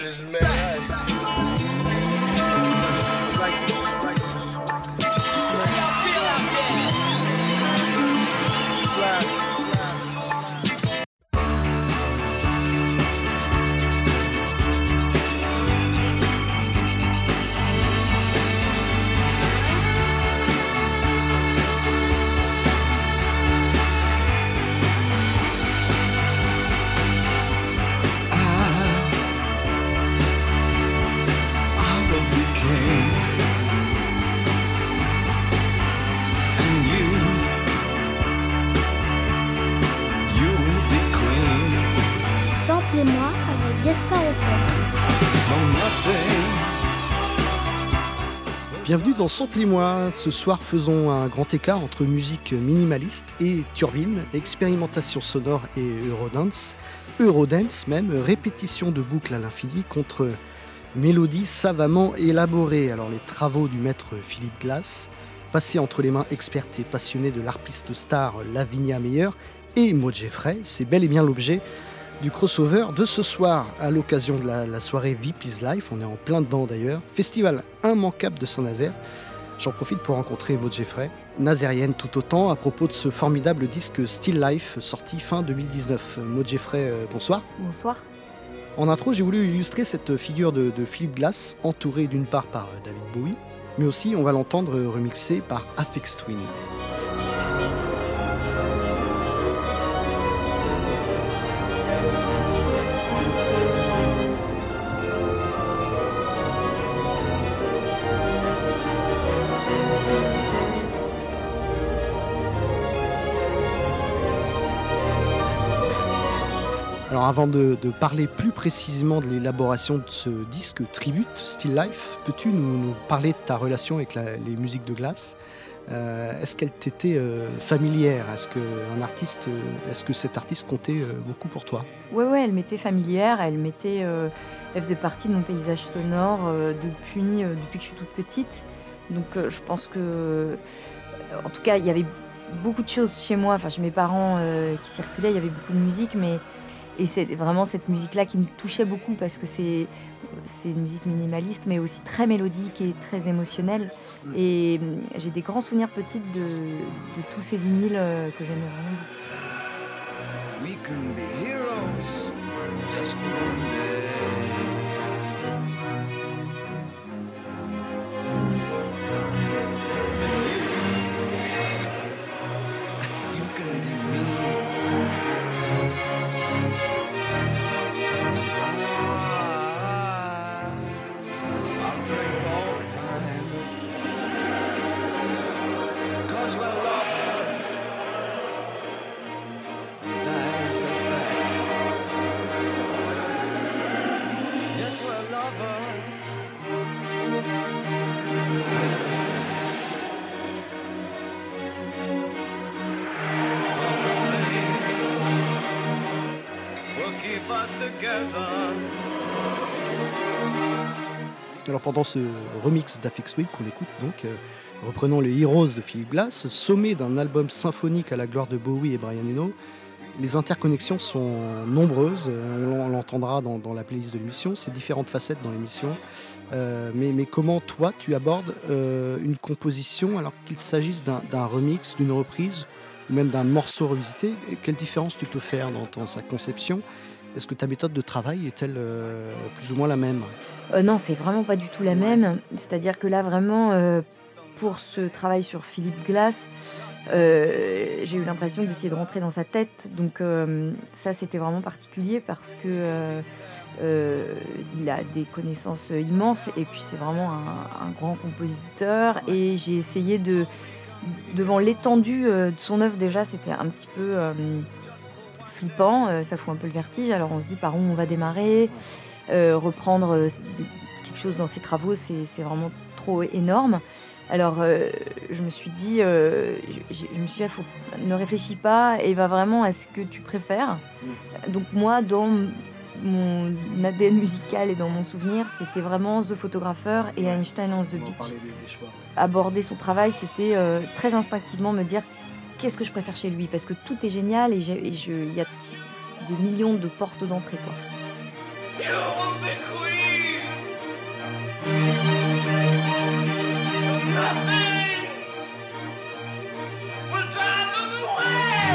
just mad. Like this. Slide. Samplez-moi avec Gaspard Lefort. Bienvenue dans Samplez-moi. Ce soir, faisons un grand écart entre musique minimaliste et turbine, expérimentation sonore et Eurodance même, répétition de boucles à l'infini contre mélodies savamment élaborées. Alors les travaux du maître Philip Glass, passés entre les mains expertes et passionnées de l'harpiste star Lavinia Meyer et Maud Jeffrey, c'est bel et bien l'objet du crossover de ce soir à l'occasion de la soirée VIP is Life, on est en plein dedans d'ailleurs, festival immanquable de Saint-Nazaire. J'en profite pour rencontrer Maud Jeffrey, nazérienne tout autant, à propos de ce formidable disque Still Life sorti fin 2019. Maud Jeffrey, bonsoir. Bonsoir. En intro, j'ai voulu illustrer cette figure de Philip Glass, entourée d'une part par David Bowie, mais aussi on va l'entendre remixé par Aphex Twin. Alors avant de parler plus précisément de l'élaboration de ce disque tribute, Still Life, peux-tu nous parler de ta relation avec les musiques de Glass ? Est-ce qu'elle t'était familière ? Est-ce que cet artiste comptait beaucoup pour toi ? Ouais, elle m'était familière, elle faisait partie de mon paysage sonore depuis que je suis toute petite. Donc je pense que, en tout cas, il y avait beaucoup de choses chez moi, chez mes parents qui circulaient, il y avait beaucoup de musique, et c'est vraiment cette musique-là qui me touchait beaucoup parce que c'est une musique minimaliste, mais aussi très mélodique et très émotionnelle. Et j'ai des grands souvenirs petites de tous ces vinyles que j'aimais vraiment beaucoup. We can be heroes just for one day. You can be me. I'll drink all the time. 'Cause we're lovers. That is a fact. Yes, we're lovers. For nothing will keep us together. Alors pendant ce remix d'Aphex Twin qu'on écoute donc, reprenons les Heroes de Philip Glass, sommé d'un album symphonique à la gloire de Bowie et Brian Eno, les interconnexions sont nombreuses, on l'entendra dans la playlist de l'émission, ces différentes facettes dans l'émission. Mais comment toi tu abordes une composition alors qu'il s'agisse d'un remix, d'une reprise ou même d'un morceau revisité? Quelle différence tu peux faire dans sa conception? Est-ce que ta méthode de travail est-elle plus ou moins la même? Non, c'est vraiment pas du tout la même. C'est-à-dire que là, vraiment, pour ce travail sur Philip Glass, j'ai eu l'impression d'essayer de rentrer dans sa tête. Donc ça, c'était vraiment particulier parce que il a des connaissances immenses et puis c'est vraiment un grand compositeur. Et j'ai essayé devant l'étendue de son œuvre, déjà, c'était un petit peu flippant. Ça fout un peu le vertige. Alors on se dit par où on va démarrer. Reprendre quelque chose dans ses travaux, c'est vraiment trop énorme. Alors, je me suis dit, ne réfléchis pas et va vraiment à ce que tu préfères. Donc moi, dans mon ADN musical et dans mon souvenir, c'était vraiment The Photographer et Einstein on the Beach. Aborder son travail, c'était très instinctivement me dire qu'est-ce que je préfère chez lui, parce que tout est génial et il y a des millions de portes d'entrée, quoi. You will be queen. Nothing will drive them away.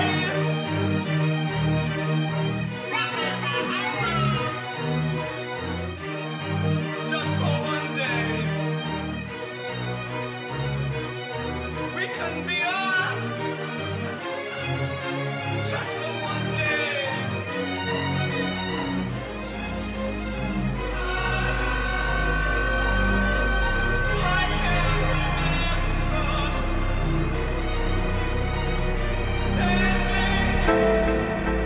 Just for one day, we can be us. Just for one day. I can remember standing.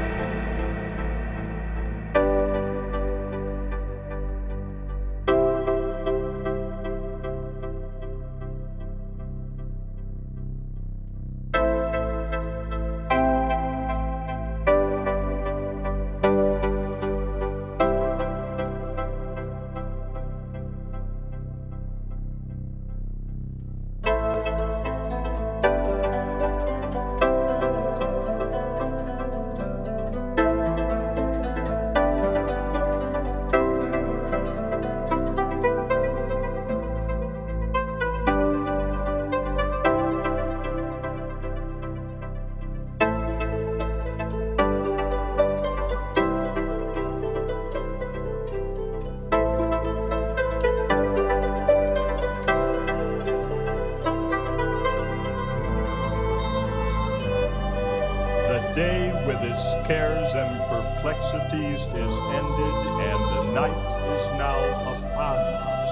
The day with its cares and perplexities is ended, and the night is now upon us.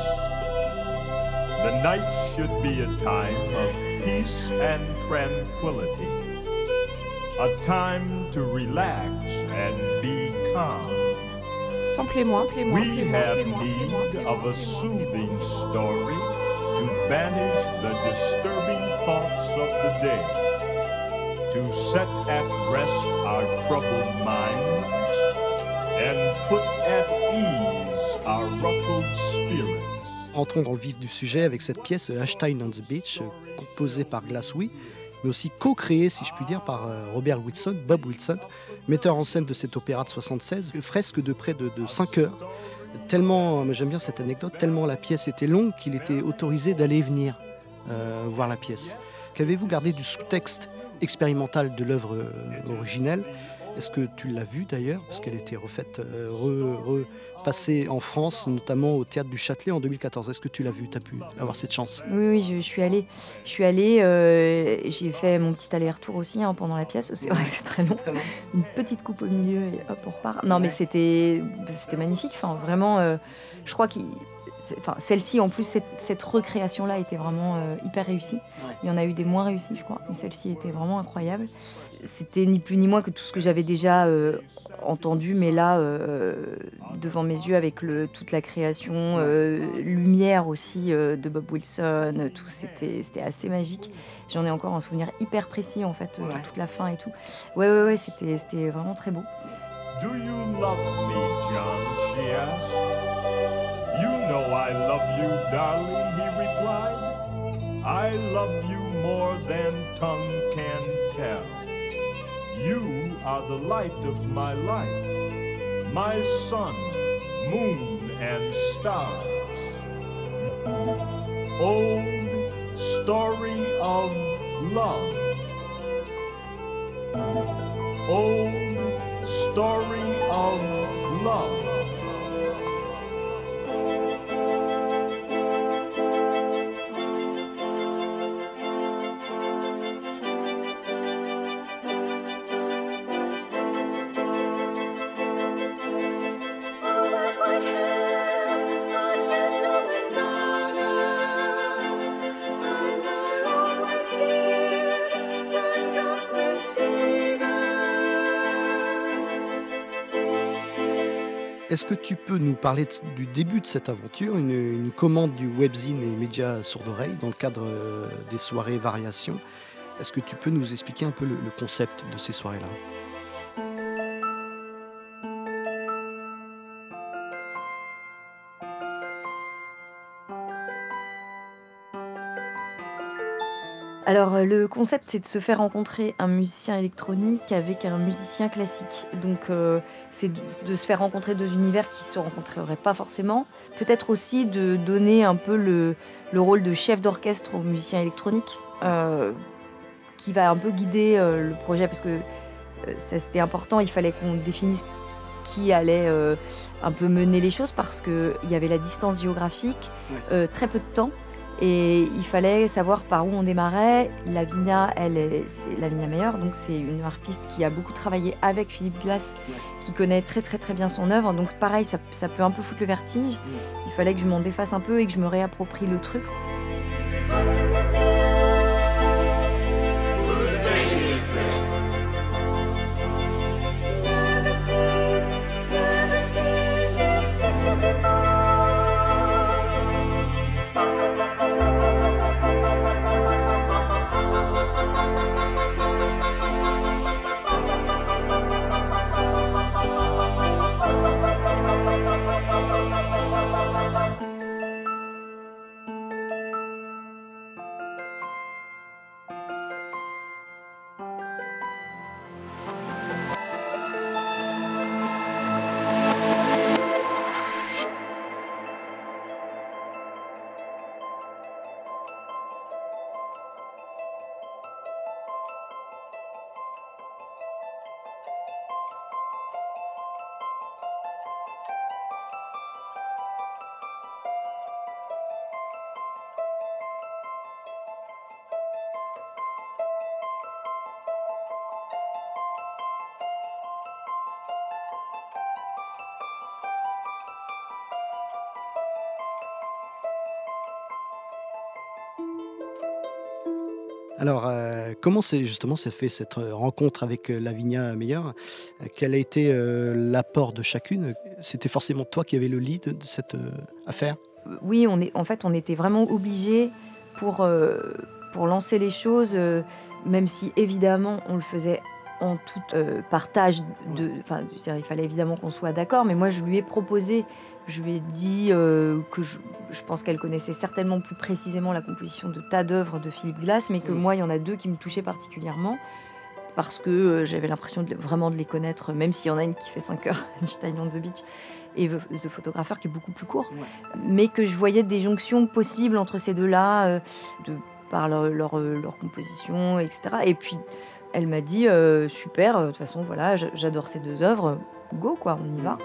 The night should be a time of peace and tranquility, a time to relax and be calm. Samplez-moi. We have need of a soothing story to banish the disturbing thoughts of the day, to set at rest our troubled minds, and put at ease our ruffled spirits. Rentrons dans le vif du sujet avec cette pièce Ashtain on the Beach, composée par Glass-Wee, mais aussi co-créée, si je puis dire, par Bob Wilson, metteur en scène de cet opéra de 76, fresque de près de 5 heures. Tellement, j'aime bien cette anecdote, tellement la pièce était longue qu'il était autorisé d'aller et venir voir la pièce. Qu'avez-vous gardé du sous-texte expérimental de l'œuvre originelle? Est-ce que tu l'as vue d'ailleurs? Parce qu'elle a été refaite, repassée en France, notamment au Théâtre du Châtelet en 2014. Est-ce que tu l'as vue? Tu as pu avoir cette chance? Oui, je suis allée. J'ai fait mon petit aller-retour aussi pendant la pièce. C'est vrai que c'est très long. Une petite coupe au milieu et hop, on repart. Non, mais c'était magnifique. Enfin, vraiment, je crois celle-ci, en plus, cette recréation-là était vraiment hyper réussie. Il y en a eu des moins réussies, je crois, mais celle-ci était vraiment incroyable. C'était ni plus ni moins que tout ce que j'avais déjà entendu, mais là, devant mes yeux, avec toute la création, lumière aussi de Bob Wilson, tout, c'était assez magique. J'en ai encore un souvenir hyper précis, en fait, toute la fin et tout. Ouais, c'était vraiment très beau. Do you love me, John? She asked. You know I love you, darling, he replied. I love you more than tongue can tell. You are the light of my life, my sun, moon, and stars. Old story of love. Old story of love. Est-ce que tu peux nous parler du début de cette aventure, une commande du webzine et médias sourds-d'oreille dans le cadre des soirées variations? Est-ce que tu peux nous expliquer un peu le concept de ces soirées-là? Alors, le concept, c'est de se faire rencontrer un musicien électronique avec un musicien classique. Donc, c'est de se faire rencontrer 2 univers qui se rencontreraient pas forcément. Peut-être aussi de donner un peu le rôle de chef d'orchestre au musicien électronique, qui va un peu guider, le projet parce que, ça c'était important. Il fallait qu'on définisse qui allait, un peu mener les choses parce qu'il y avait la distance géographique, très peu de temps. Et il fallait savoir par où on démarrait. Lavinia, c'est Lavinia Meyer, donc c'est une harpiste qui a beaucoup travaillé avec Philip Glass, qui connaît très très très bien son œuvre. Donc pareil, ça peut un peu foutre le vertige. Il fallait que je m'en défasse un peu et que je me réapproprie le truc. Alors, comment s'est fait cette rencontre avec Lavinia Meyer? Quel a été l'apport de chacune? C'était forcément toi qui avais le lead de cette affaire? Oui, on était vraiment obligés pour lancer les choses, même si évidemment on le faisait en tout partage. Enfin, je veux dire, il fallait évidemment qu'on soit d'accord, mais moi je lui ai proposé, je lui ai dit que je pense qu'elle connaissait certainement plus précisément la composition de tas d'œuvres de Philip Glass, mais que moi il y en a 2 qui me touchaient particulièrement parce que j'avais l'impression vraiment de les connaître, même s'il y en a une qui fait 5 heures, Einstein on the Beach, et The Photographer qui est beaucoup plus court, mais que je voyais des jonctions possibles entre ces deux-là, par leur composition, etc. Et puis elle m'a dit super, de toute façon voilà, j'adore ces 2 œuvres, go quoi, on y va.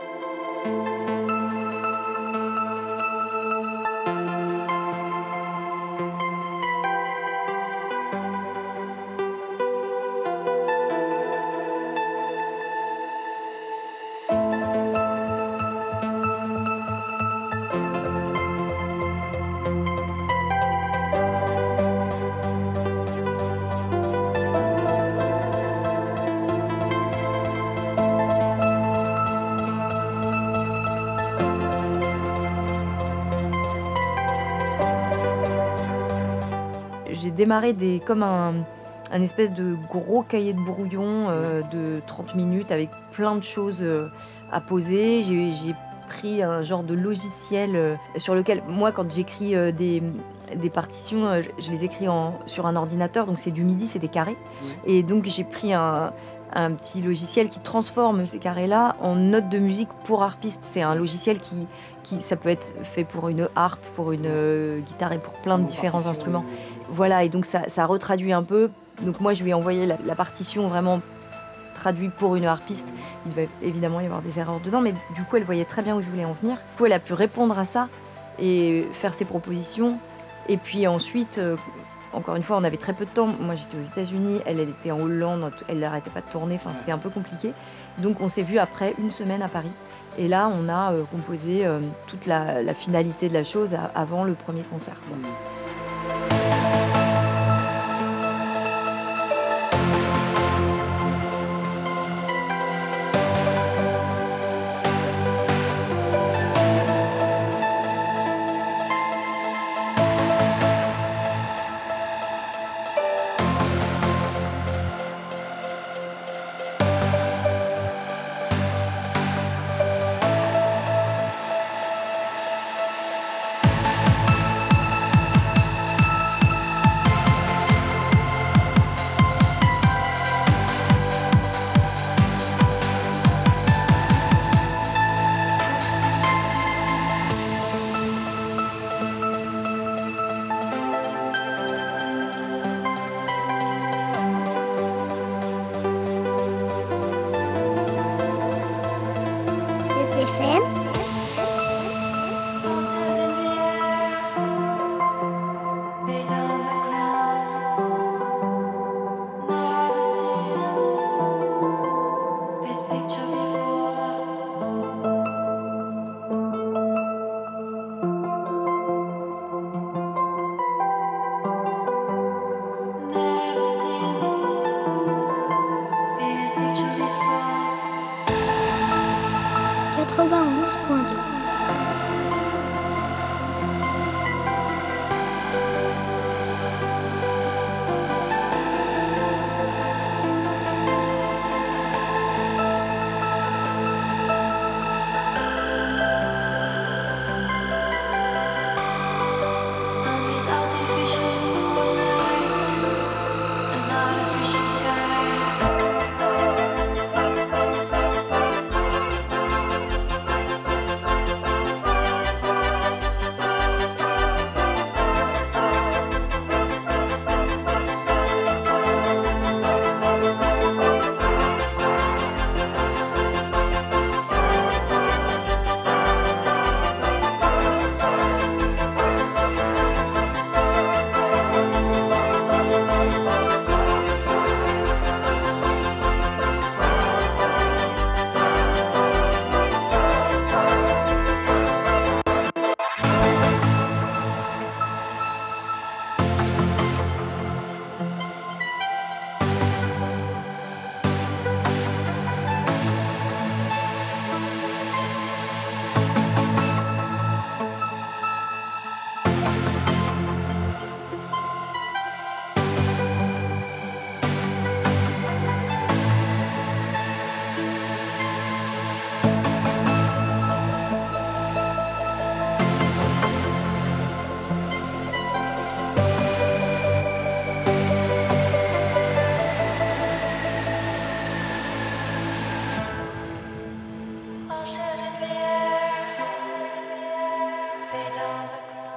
J'ai démarré comme un espèce de gros cahier de brouillon de 30 minutes avec plein de choses à poser. J'ai pris un genre de logiciel sur lequel, moi, quand j'écris des partitions, je les écris sur un ordinateur, donc c'est du MIDI, c'est des carrés. Et donc j'ai pris un petit logiciel qui transforme ces carrés-là en notes de musique pour harpistes. C'est un logiciel qui ça peut être fait pour une harpe, pour une guitare et pour plein de différents instruments. Voilà, et donc ça retraduit un peu. Donc moi, je lui ai envoyé la partition vraiment traduite pour une harpiste. Il devait évidemment y avoir des erreurs dedans, mais du coup, elle voyait très bien où je voulais en venir. Du coup, elle a pu répondre à ça et faire ses propositions. Et puis ensuite, encore une fois, on avait très peu de temps. Moi, j'étais aux États-Unis, elle était en Hollande, elle n'arrêtait pas de tourner, enfin, c'était un peu compliqué. Donc on s'est vu après une semaine à Paris. Et là, on a composé toute la finalité de la chose avant le premier concert, quoi.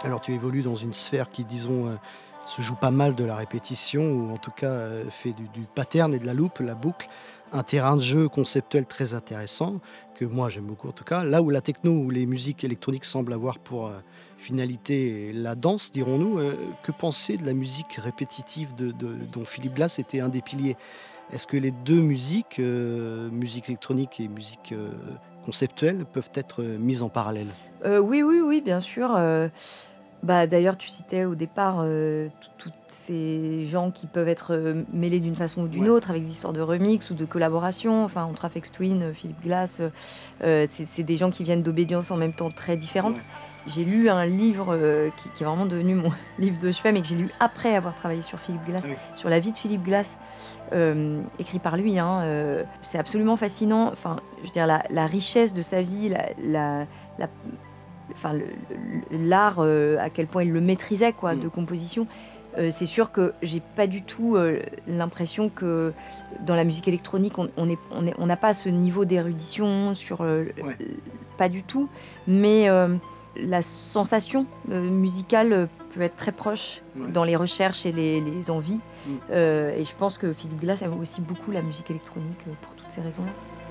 Alors tu évolues dans une sphère qui, disons, se joue pas mal de la répétition, ou en tout cas fait du pattern et de la loupe, la boucle, un terrain de jeu conceptuel très intéressant, que moi j'aime beaucoup en tout cas, là où la techno ou les musiques électroniques semblent avoir pour finalité la danse, dirons-nous. Que penser de la musique répétitive dont Philip Glass était un des piliers? Est-ce que les deux musiques, musique électronique et musique conceptuelle, peuvent être mises en parallèle? Oui, bien sûr. D'ailleurs, tu citais au départ tous ces gens qui peuvent être mêlés d'une façon ou d'une Ouais. autre avec des histoires de remix ou de collaboration. Enfin, entre Aphex Twin, Philip Glass, c'est des gens qui viennent d'obédiences en même temps très différentes. Ouais. J'ai lu un livre qui est vraiment devenu mon livre de chevet, mais que j'ai lu après avoir travaillé sur Philip Glass, Ah oui. sur la vie de Philip Glass, écrit par lui. C'est absolument fascinant. Enfin, je veux dire, la richesse de sa vie, la- enfin, l'art, à quel point il le maîtrisait, quoi, de composition. C'est sûr que j'ai pas du tout l'impression que dans la musique électronique, on n'a pas ce niveau d'érudition sur Ouais. pas du tout, mais la sensation musicale peut être très proche Ouais. dans les recherches et les envies. Mm. Et je pense que Philip Glass aime aussi beaucoup la musique électronique pour toutes ces raisons-là.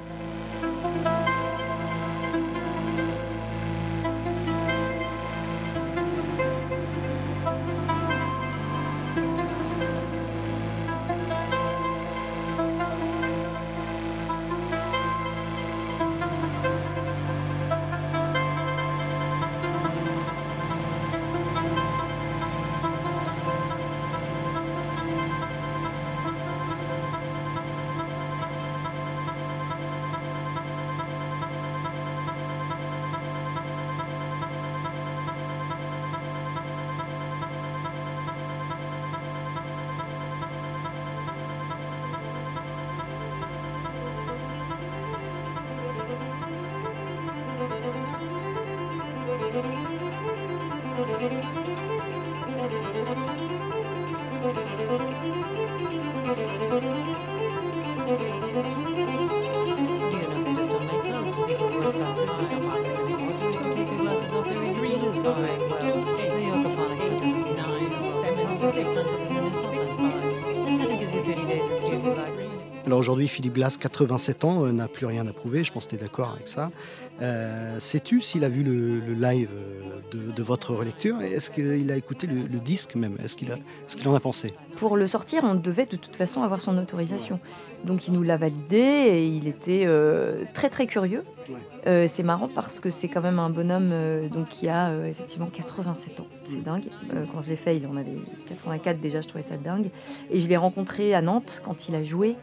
Alors aujourd'hui, Philip Glass, 87 ans, n'a plus rien à prouver, je pense que tu es d'accord avec ça. Sais-tu s'il a vu le live de votre relecture? Est-ce qu'il a écouté le disque même? Est-ce qu'il en a pensé? Pour le sortir, on devait de toute façon avoir son autorisation. Donc il nous l'a validé et il était très très curieux. Ouais. C'est marrant parce que c'est quand même un bonhomme donc qui a effectivement 87 ans. C'est dingue. Quand je l'ai fait, il en avait 84 déjà, je trouvais ça dingue. Et je l'ai rencontré à Nantes quand il a joué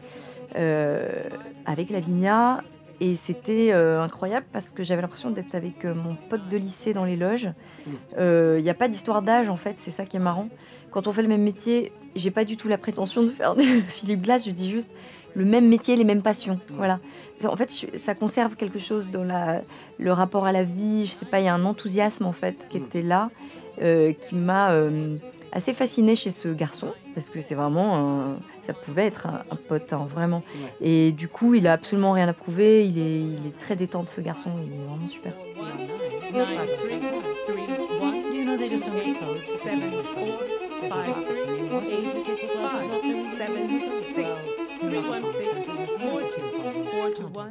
avec Lavinia. Et c'était incroyable parce que j'avais l'impression d'être avec mon pote de lycée dans les loges. Il n'y a pas d'histoire d'âge en fait, c'est ça qui est marrant. Quand on fait le même métier, j'ai pas du tout la prétention de faire du Philip Glass, je dis juste le même métier, les mêmes passions. Voilà. En fait, ça conserve quelque chose dans le rapport à la vie. Je sais pas, il y a un enthousiasme en fait qui était là, qui m'a assez fascinée chez ce garçon parce que c'est vraiment ça pouvait être un pote, hein, vraiment. Ouais. Et du coup, il a absolument rien à prouver. Il est très détente ce garçon. Il est vraiment super. 9, 3, 3, 1. You know they just don't make those. 7, 4, 5, 8, 5, 7, 6, 3, 1, 6, 4, 2, 4, 2,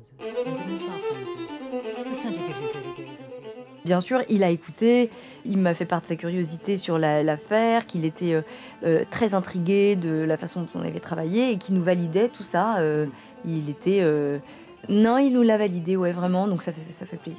1. Bien sûr, il a écouté, il m'a fait part de sa curiosité sur l'affaire, qu'il était très intrigué de la façon dont on avait travaillé et qu'il nous validait tout ça. Il était... Non, il nous l'a validé, ouais, vraiment, donc ça fait plaisir.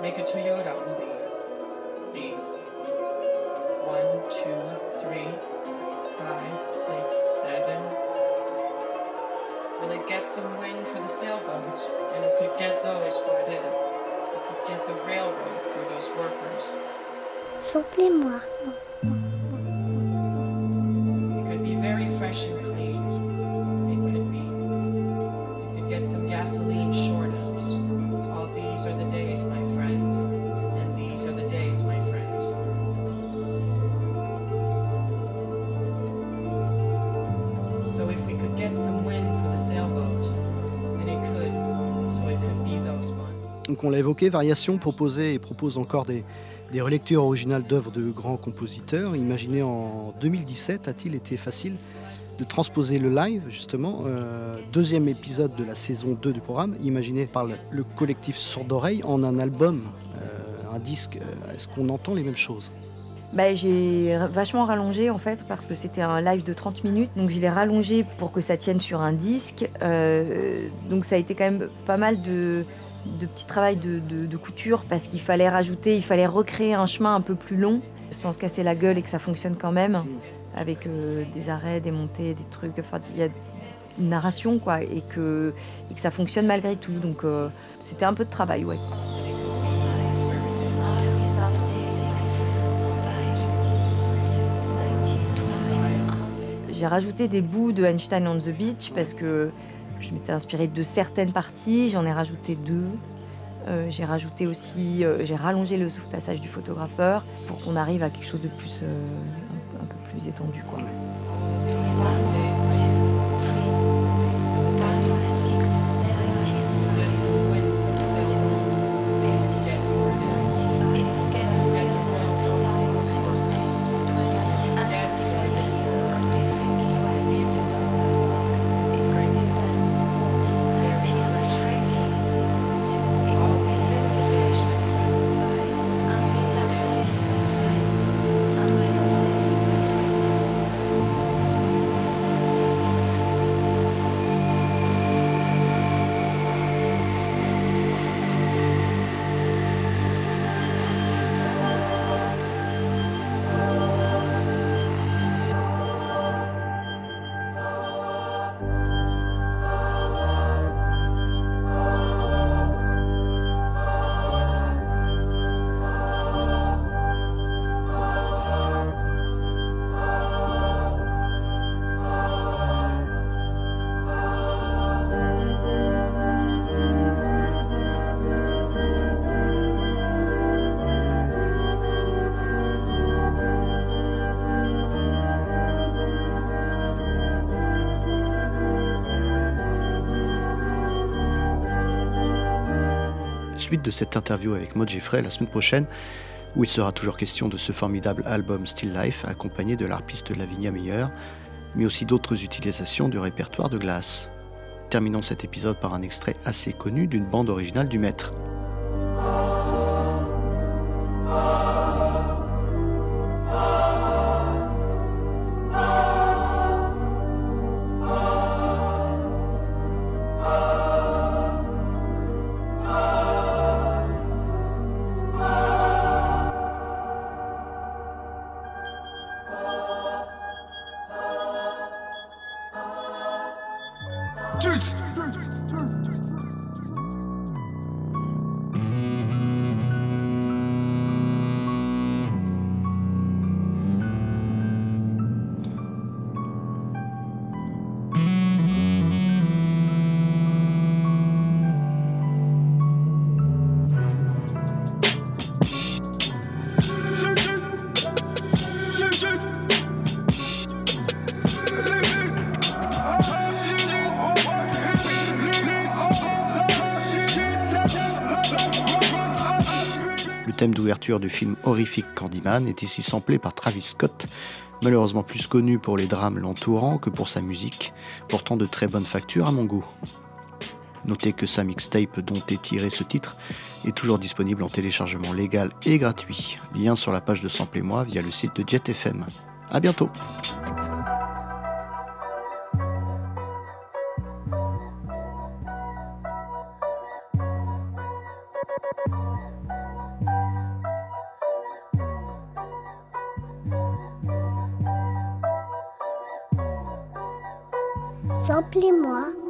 Make a Toyota on these. 1, 2, 3, 5, 6, 7. Will it get some wind for the sailboat? And it could get those for it is. It could get the railroad for those workers. Samplez-moi. It could be very fresh and clean. It could get some gasoline shortest. All these are the days, my friend. And these are the days, my friend. So if we could get some wind for the sailboat, then it could. So it could be those ones. Donc on l'a évoqué, Variation proposait et propose encore des relectures originales d'œuvres de grands compositeurs. Imaginez en 2017, a-t-il été facile de transposer le live, justement, deuxième épisode de la saison 2 du programme, imaginé par le collectif Sourd d'Oreille, en un album, un disque. Est-ce qu'on entend les mêmes choses ? J'ai vachement rallongé en fait parce que c'était un live de 30 minutes, donc je l'ai rallongé pour que ça tienne sur un disque. Donc ça a été quand même pas mal de petits travail de couture parce qu'il fallait recréer un chemin un peu plus long sans se casser la gueule et que ça fonctionne quand même avec des arrêts, des montées, des trucs. Enfin, il y a une narration quoi et que ça fonctionne malgré tout. Donc c'était un peu de travail, ouais. J'ai rajouté des bouts de Einstein on the Beach parce que je m'étais inspirée de certaines parties, j'en ai rajouté 2. J'ai rajouté aussi, j'ai rallongé le souffle-passage du photographeur pour qu'on arrive à quelque chose de plus, un peu plus étendu, quoi. Suite de cette interview avec Maud Geffray la semaine prochaine, où il sera toujours question de ce formidable album Still Life, accompagné de l'harpiste Lavinia Meyer, mais aussi d'autres utilisations du répertoire de Glass. Terminons cet épisode par un extrait assez connu d'une bande originale du maître. Le thème d'ouverture du film horrifique Candyman est ici samplé par Travis Scott, malheureusement plus connu pour les drames l'entourant que pour sa musique, pourtant de très bonne facture à mon goût. Notez que sa mixtape dont est tiré ce titre est toujours disponible en téléchargement légal et gratuit. Lien sur la page de Samplez-moi via le site de Jet FM. À bientôt. Samplez-moi.